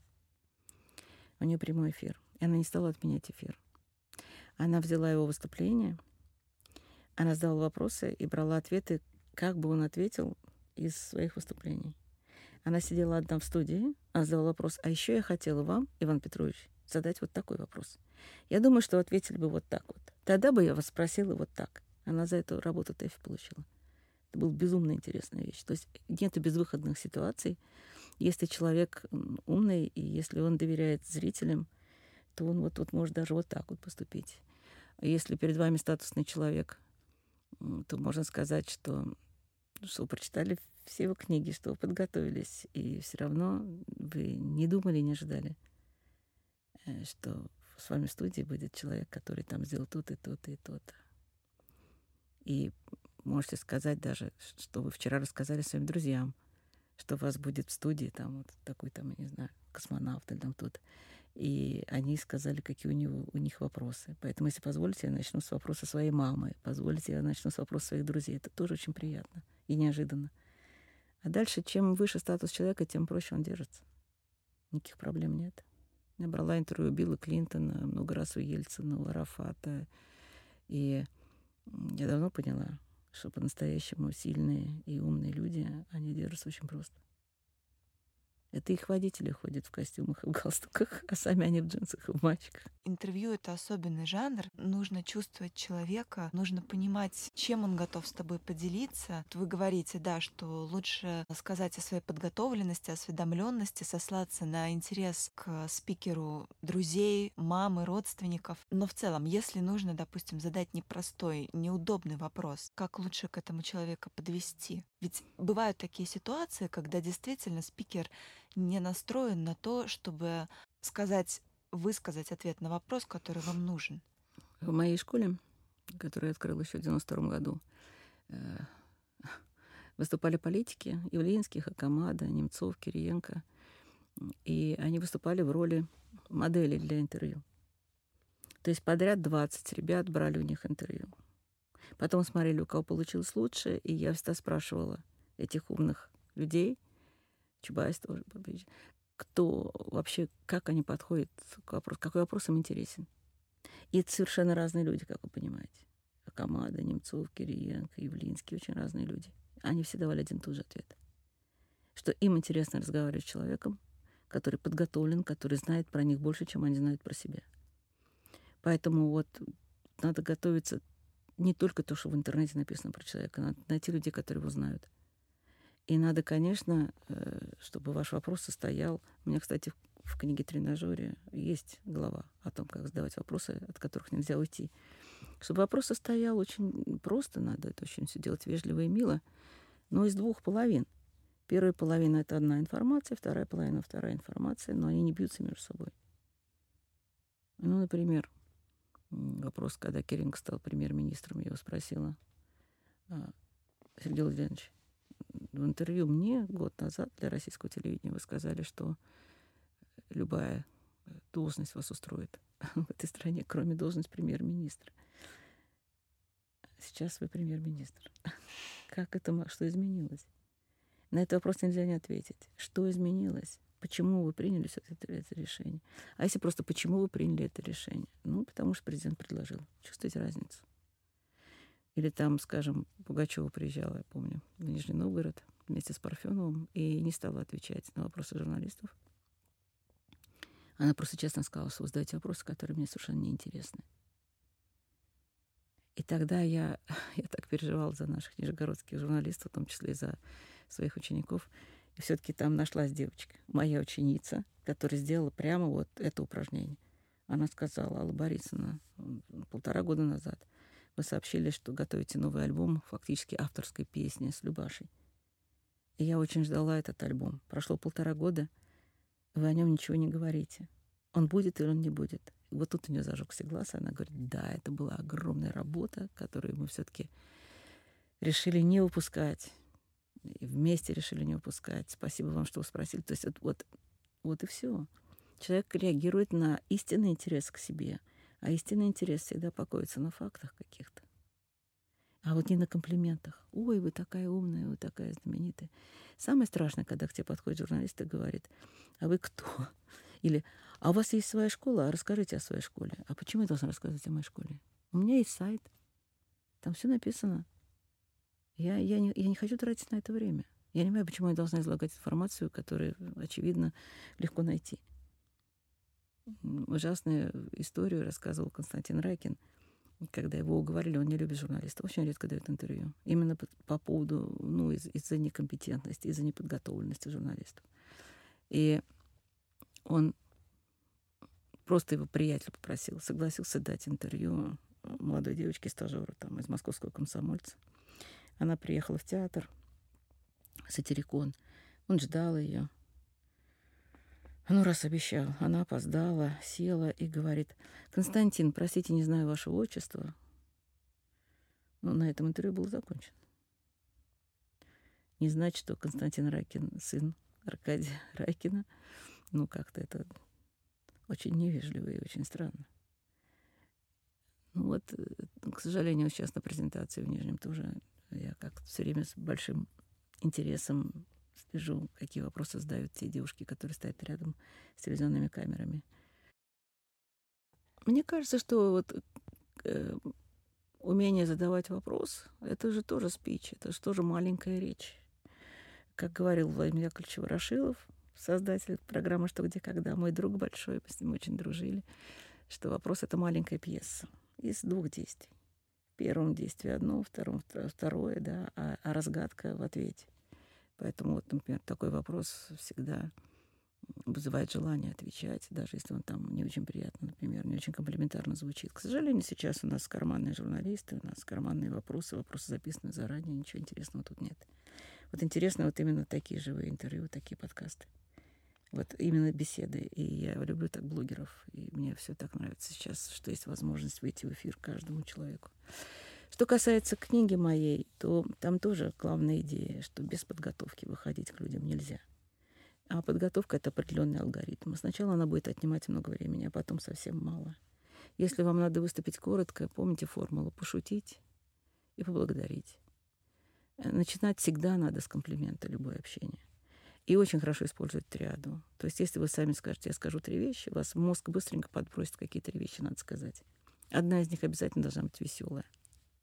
У нее прямой эфир. И она не стала отменять эфир. Она взяла его выступление, она задала вопросы и брала ответы, как бы он ответил из своих выступлений. Она сидела одна в студии, она задала вопрос, а еще я хотела вам, Иван Петрович, задать вот такой вопрос. Я думаю, что ответили бы вот так вот. Тогда бы я вас спросила вот так. Она за эту работу ТЭФИ получила. Это была безумно интересная вещь. То есть нет безвыходных ситуаций. Если человек умный, и если он доверяет зрителям, то он вот, вот может даже вот так вот поступить. А если перед вами статусный человек, то можно сказать, что, что вы прочитали все его книги, что вы подготовились, и все равно вы не думали, не ожидали, что с вами в студии будет человек, который там сделал то-то и то-то и то-то. И можете сказать даже, что вы вчера рассказали своим друзьям, что у вас будет в студии там вот такой там, я не знаю, космонавт или там кто-то. И они сказали, какие у, него, у них вопросы. Поэтому, если позволите, я начну с вопроса своей мамы. Позволите, я начну с вопроса своих друзей. Это тоже очень приятно и неожиданно. А дальше, чем выше статус человека, тем проще он держится. Никаких проблем нет. Я брала интервью у Билла Клинтона, много раз у Ельцина, у Арафата. И я давно поняла, что по-настоящему сильные и умные люди, они держатся очень просто. Это их водители ходят в костюмах и в галстуках, а сами они в джинсах и в мальчиках. Интервью — это особенный жанр. Нужно чувствовать человека, нужно понимать, чем он готов с тобой поделиться. Вы говорите, да, что лучше сказать о своей подготовленности, осведомленности, сослаться на интерес к спикеру друзей, мамы, родственников. Но в целом, если нужно, допустим, задать непростой, неудобный вопрос, как лучше к этому человеку подвести? Ведь бывают такие ситуации, когда действительно спикер не настроен на то, чтобы сказать, высказать ответ на вопрос, который вам нужен. В моей школе, которую я открыла еще в девяносто втором году, выступали политики Явлинский, Хакамада, Немцов, Кириенко. И они выступали в роли модели для интервью. То есть подряд двадцать ребят брали у них интервью. Потом смотрели, у кого получилось лучше, и я всегда спрашивала этих умных людей, Чубайс тоже, кто вообще, как они подходят к вопросу, какой вопрос им интересен. И это совершенно разные люди, как вы понимаете. Хакамада, Немцов, Кириенко, Явлинский, очень разные люди. они все давали один и тот же ответ. Что им интересно разговаривать с человеком, который подготовлен, который знает про них больше, чем они знают про себя. Поэтому вот надо готовиться не только то, что в интернете написано про человека, надо найти людей, которые его знают. И надо, конечно, чтобы ваш вопрос состоял... У меня, кстати, в книге «Тренажёре» есть глава о том, как задавать вопросы, от которых нельзя уйти. Чтобы вопрос состоял очень просто, надо это очень все делать вежливо и мило, но из двух половин. Первая половина — это одна информация, вторая половина — вторая информация, но они не бьются между собой. Ну, например, вопрос, когда Керинг стал премьер-министром, я его спросила: Сергей Владимирович, в интервью мне год назад для российского телевидения вы сказали, что любая должность вас устроит в этой стране, кроме должности премьер-министра. Сейчас вы премьер-министр. Как это, что изменилось? На этот вопрос нельзя не ответить. Что изменилось? Почему вы приняли все это, это решение? А если просто почему вы приняли это решение? Ну, потому что президент предложил. Чувствуете разницу? Или там, скажем, Пугачева приезжала, я помню, в Нижний Новгород вместе с Парфеновым и не стала отвечать на вопросы журналистов. Она просто честно сказала, что вы задаете вопросы, которые мне совершенно неинтересны. И тогда я, я так переживала за наших нижегородских журналистов, в том числе и за своих учеников. И все-таки там нашлась девочка, моя ученица, которая сделала прямо вот это упражнение. Она сказала: Алла Борисовна, полтора года назад вы сообщили, что готовите новый альбом, фактически авторской песни с Любашей. И я очень ждала этот альбом. Прошло полтора года, вы о нем ничего не говорите. Он будет или он не будет? И вот тут у нее зажегся глаз, и она говорит: да, это была огромная работа, которую мы все-таки решили не выпускать. И вместе решили не выпускать. Спасибо вам, что вы спросили. То есть вот, вот, вот и все. Человек реагирует на истинный интерес к себе. А истинный интерес всегда покоится на фактах каких-то. А вот не на комплиментах. Ой, вы такая умная, вы такая знаменитая. Самое страшное, когда к тебе подходит журналист и говорит: а вы кто? Или: а у вас есть своя школа? А расскажите о своей школе. А почему я должна рассказывать о моей школе? У меня есть сайт. Там все написано. Я, я, не, я не хочу тратить на это время. Я не понимаю, почему я должна излагать информацию, которую, очевидно, легко найти. Ужасную историю рассказывал Константин Райкин. Когда его уговорили, он не любит журналистов, очень редко дает интервью. Именно по, по поводу, ну, из, из-за некомпетентности, из-за неподготовленности журналистов. И он просто его приятель попросил, согласился дать интервью молодой девочке, стажеру там, из московского комсомольца. Она приехала в театр, сатирикон. Он ждал ее. Ну, раз обещал. Она опоздала, села и говорит: Константин, простите, не знаю вашего отчества. Но на этом интервью было закончено. Не знать, что Константин Райкин сын Аркадия Райкина, ну, как-то это очень невежливо и очень странно. Ну вот, к сожалению, сейчас на презентации в Нижнем тоже я как-то все время с большим интересом слежу, какие вопросы задают те девушки, которые стоят рядом с телевизионными камерами. Мне кажется, что вот э, умение задавать вопрос — это же тоже спич, это же тоже маленькая речь. Как говорил Владимир Яковлевич Ворошилов, создатель программы «Что, где, когда», мой друг большой, мы с ним очень дружили, что вопрос — это маленькая пьеса из двух действий. В первом действии одно, в втором второе, да, а, а разгадка в ответе. Поэтому, вот, например, такой вопрос всегда вызывает желание отвечать, даже если он там не очень приятно, например, не очень комплиментарно звучит. К сожалению, сейчас у нас карманные журналисты, у нас карманные вопросы, вопросы записаны заранее, ничего интересного тут нет. Вот интересно вот именно такие живые интервью, такие подкасты. Вот именно беседы. И я люблю так блогеров. И мне все так нравится сейчас, что есть возможность выйти в эфир каждому человеку. Что касается книги моей, то там тоже главная идея, что без подготовки выходить к людям нельзя. А подготовка — это определенный алгоритм. Сначала она будет отнимать много времени, а потом совсем мало. Если вам надо выступить коротко, помните формулу: пошутить и поблагодарить. Начинать всегда надо с комплимента, любое общение. И очень хорошо использовать триаду. То есть если вы сами скажете: я скажу три вещи, у вас мозг быстренько подбросит, какие три вещи надо сказать. Одна из них обязательно должна быть веселая.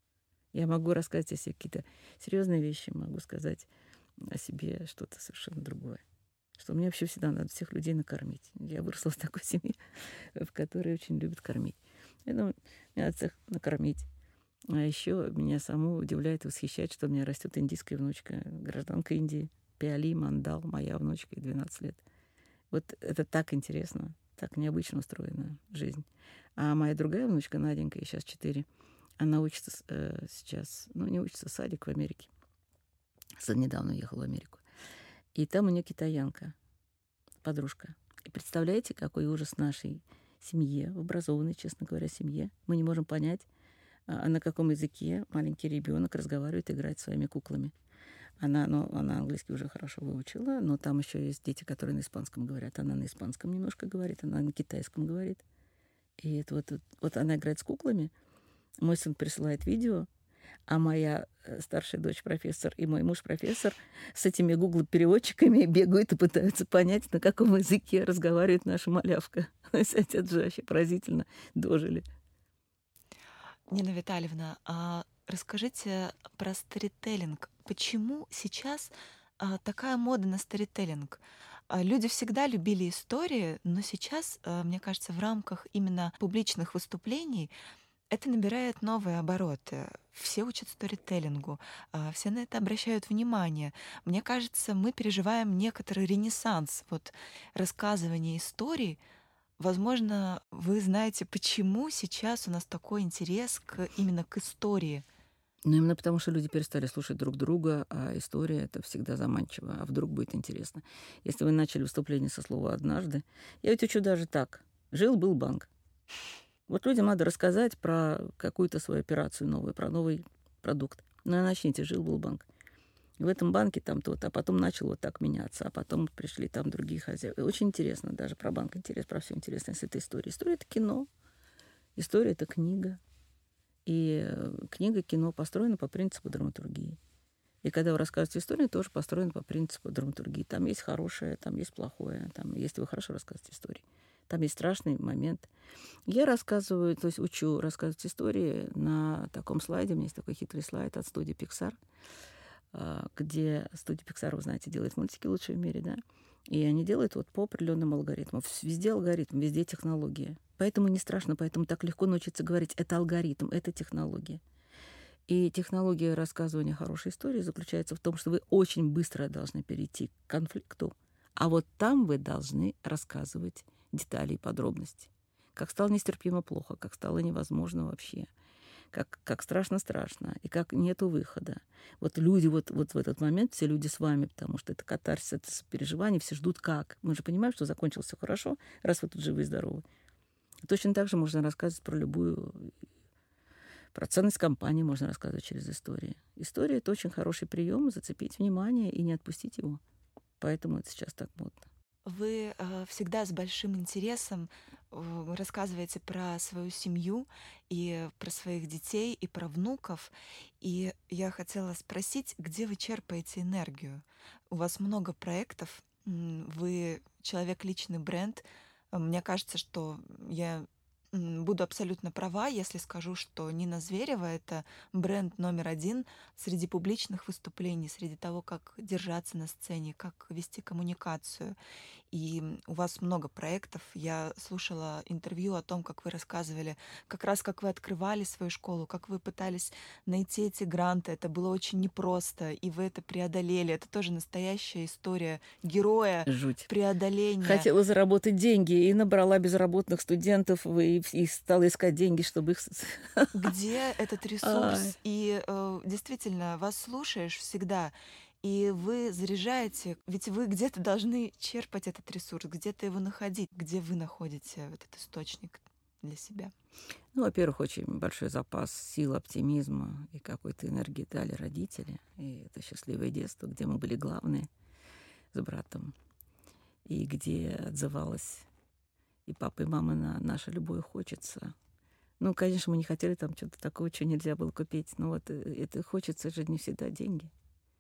Я могу рассказать о себе какие-то серьезные вещи, могу сказать о себе что-то совершенно другое. Что мне вообще всегда надо всех людей накормить. Я выросла в такой семье, в которой очень любят кормить. Поэтому мне надо всех накормить. А еще меня саму удивляет и восхищает, что у меня растет индийская внучка, гражданка Индии, Пиали Мандал, моя внучка, ей двенадцать лет. Вот это так интересно, так необычно устроена жизнь. А моя другая внучка, Наденька, ей сейчас четыре, она учится э, сейчас, ну, не учится, садик в Америке. Недавно уехала в Америку. И там у нее китаянка, подружка. И представляете, какой ужас нашей семье, в образованной, честно говоря, семье. Мы не можем понять, а на каком языке маленький ребенок разговаривает, играет своими куклами. Она, ну, она английский уже хорошо выучила, но там еще есть дети, которые на испанском говорят. Она на испанском немножко говорит, она на китайском говорит. И это вот, вот, вот она играет с куклами. Мой сын присылает видео, а моя старшая дочь профессор и мой муж профессор с этими гугл-переводчиками бегают и пытаются понять, на каком языке разговаривает наша малявка. Это же вообще поразительно дожили. Нина Витальевна, а расскажите про сторителлинг. Почему сейчас а, такая мода на сторителлинг? А, люди всегда любили истории, но сейчас, а, мне кажется, в рамках именно публичных выступлений это набирает новые обороты. Все учат сторителлингу, а, все на это обращают внимание. Мне кажется, мы переживаем некоторый ренессанс вот рассказывания историй. Возможно, вы знаете, почему сейчас у нас такой интерес к, именно к истории. Ну, именно потому, что люди перестали слушать друг друга, а история — это всегда заманчиво, а вдруг будет интересно. Если вы начали выступление со слова «однажды», я ведь учу даже так. Жил-был банк. Вот людям надо рассказать про какую-то свою операцию новую, про новый продукт. Ну, начните, жил-был банк. В этом банке там тот, а потом начал вот так меняться, а потом пришли там другие хозяева. Очень интересно, даже про банк интересно, про все интересно с этой историей. История — это кино, история — это книга. И книга, кино построена по принципу драматургии. И когда вы рассказываете историю, тоже построена по принципу драматургии. Там есть хорошее, там есть плохое, там, если вы хорошо рассказываете историю. Там есть страшный момент. Я рассказываю, то есть учу рассказывать истории на таком слайде. У меня есть такой хитрый слайд от студии Pixar, где студия Pixar, вы знаете, делает мультики лучшие в мире, да? И они делают вот по определенным алгоритмам. Везде алгоритм, везде технология. Поэтому не страшно, поэтому так легко научиться говорить, это алгоритм, это технология. И технология рассказывания хорошей истории заключается в том, что вы очень быстро должны перейти к конфликту, а вот там вы должны рассказывать детали и подробности. Как стало нестерпимо плохо, как стало невозможно вообще, как, как страшно-страшно, и как нету выхода. Вот люди вот, вот в этот момент, все люди с вами, потому что это катарсис, это переживание, все ждут как. Мы же понимаем, что закончилось все хорошо, раз вы тут живы и здоровы. Точно так же можно рассказывать про любую... Про ценность компании можно рассказывать через истории. История — это очень хороший прием, зацепить внимание и не отпустить его. Поэтому это сейчас так модно. Вы э, всегда с большим интересом э, рассказываете про свою семью и про своих детей, и про внуков. И я хотела спросить, где вы черпаете энергию? У вас много проектов, вы человек личный бренд. Мне кажется, что я буду абсолютно права, если скажу, что Нина Зверева — это бренд номер один среди публичных выступлений, среди того, как держаться на сцене, как вести коммуникацию. И у вас много проектов. Я слушала интервью о том, как вы рассказывали, как раз как вы открывали свою школу, как вы пытались найти эти гранты. Это было очень непросто, и вы это преодолели. Это тоже настоящая история героя Жуть. Преодоления. Хотела заработать деньги и набрала безработных студентов и, и стала искать деньги, чтобы их... Где этот ресурс? И э, действительно, вас слушаешь всегда, и вы заряжаете, ведь вы где-то должны черпать этот ресурс, где-то его находить, где вы находите этот источник для себя. Ну, во-первых, очень большой запас сил, оптимизма и какой-то энергии дали родители. И это счастливое детство, где мы были главные с братом, и где отзывалась и папа, и мама на «наша любовь хочется». Ну, конечно, мы не хотели там что-то такого, что нельзя было купить, но вот это хочется же не всегда деньги.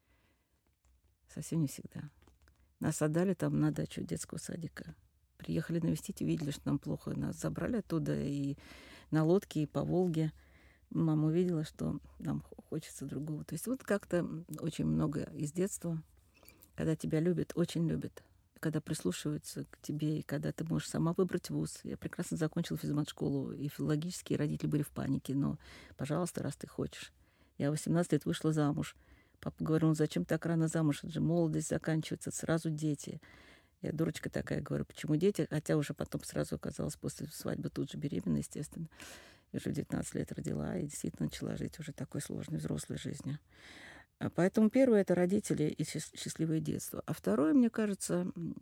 Совсем не всегда. Нас отдали там на дачу детского садика. Приехали навестить, увидели, что нам плохо. Нас забрали оттуда и на лодке, и по Волге. мама увидела, что нам хочется другого. То есть вот как-то очень много из детства, когда тебя любят, очень любят, когда прислушиваются к тебе, и когда ты можешь сама выбрать вуз. Я прекрасно закончила физмат-школу, и филологические родители были в панике, но, пожалуйста, раз ты хочешь. Я в восемнадцать лет вышла замуж. Папа говорил, ну зачем так рано замуж? Это же молодость заканчивается, сразу дети. Я дурочка такая говорю, почему дети? Хотя уже потом сразу оказалось после свадьбы тут же беременна, естественно. Я уже в девятнадцать лет родила и действительно начала жить уже такой сложной взрослой жизнью. А поэтому первое — это родители и счастливое детство. А второе, мне кажется,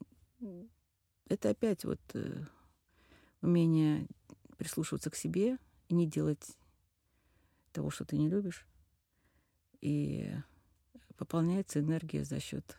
это опять вот э, умение прислушиваться к себе и не делать того, что ты не любишь. И пополняется энергия за счет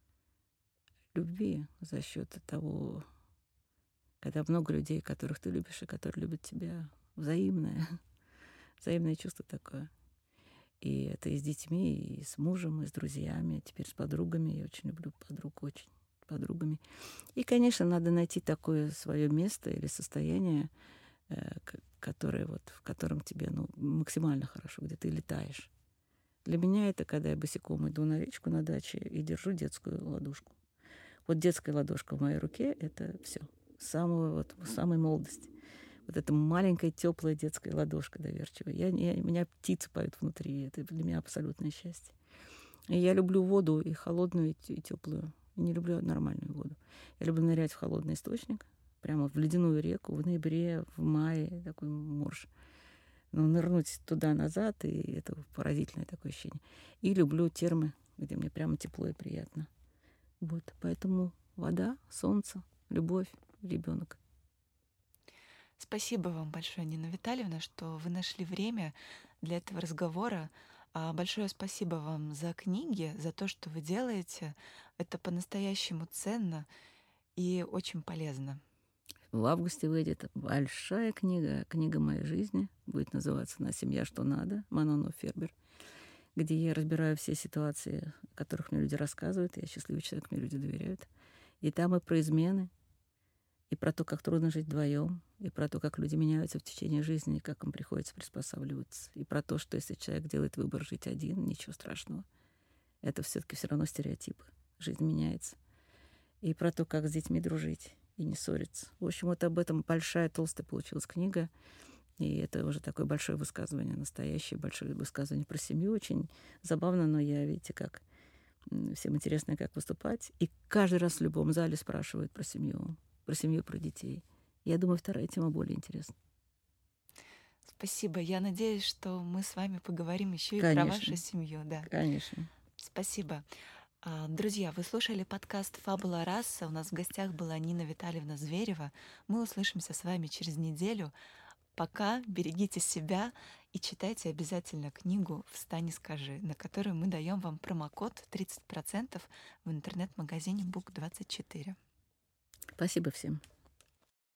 любви, за счет того, когда много людей, которых ты любишь и которые любят тебя, взаимное, взаимное чувство такое. И это и с детьми, и с мужем, и с друзьями, теперь с подругами. Я очень люблю подруг, очень подругами. И, конечно, надо найти такое свое место или состояние, которое вот, в котором тебе ну, максимально хорошо, где ты летаешь. Для меня это когда я босиком иду на речку на даче и держу детскую ладошку. Вот детская ладошка в моей руке — это все. Самого, вот, самой молодости. Вот эта маленькая теплая детская ладошка доверчивая. Я, я, у меня птицы поют внутри. Это для меня абсолютное счастье. И я люблю воду и холодную, и теплую. Не люблю нормальную воду. Я люблю нырять в холодный источник, прямо в ледяную реку в ноябре, в мае, такой морж. Ну, нырнуть туда-назад, и это поразительное такое ощущение. И люблю термы, где мне прямо тепло и приятно. Вот, поэтому вода, солнце, любовь, ребенок. Спасибо вам большое, Нина Витальевна, что вы нашли время для этого разговора. Большое спасибо вам за книги, за то, что вы делаете. Это по-настоящему ценно и очень полезно. В августе выйдет большая книга, книга моей жизни. Будет называться «На семья, что надо», Манон Фербер, где я разбираю все ситуации, о которых мне люди рассказывают. Я счастливый человек, мне люди доверяют. И там и про измены, и про то, как трудно жить вдвоем, и про то, как люди меняются в течение жизни, и как им приходится приспосабливаться, и про то, что если человек делает выбор жить один, ничего страшного. Это все-таки все равно стереотипы. Жизнь меняется. И про то, как с детьми дружить и не ссориться. В общем, вот об этом большая, толстая получилась книга. И это уже такое большое высказывание, настоящее большое высказывание про семью. Очень забавно, но я, видите, как всем интересно, как выступать. И каждый раз в любом зале спрашивают про семью. Про семью, про детей. Я думаю, вторая тема более интересна. Спасибо. Я надеюсь, что мы с вами поговорим еще и про вашу семью. Да. Конечно. Спасибо. Друзья, вы слушали подкаст «Фабула раса». У нас в гостях была Нина Витальевна Зверева. Мы услышимся с вами через неделю. Пока берегите себя и читайте обязательно книгу «Встань и скажи», на которую мы даем вам промокод тридцать процентов в интернет-магазине бук двадцать четыре. Спасибо всем.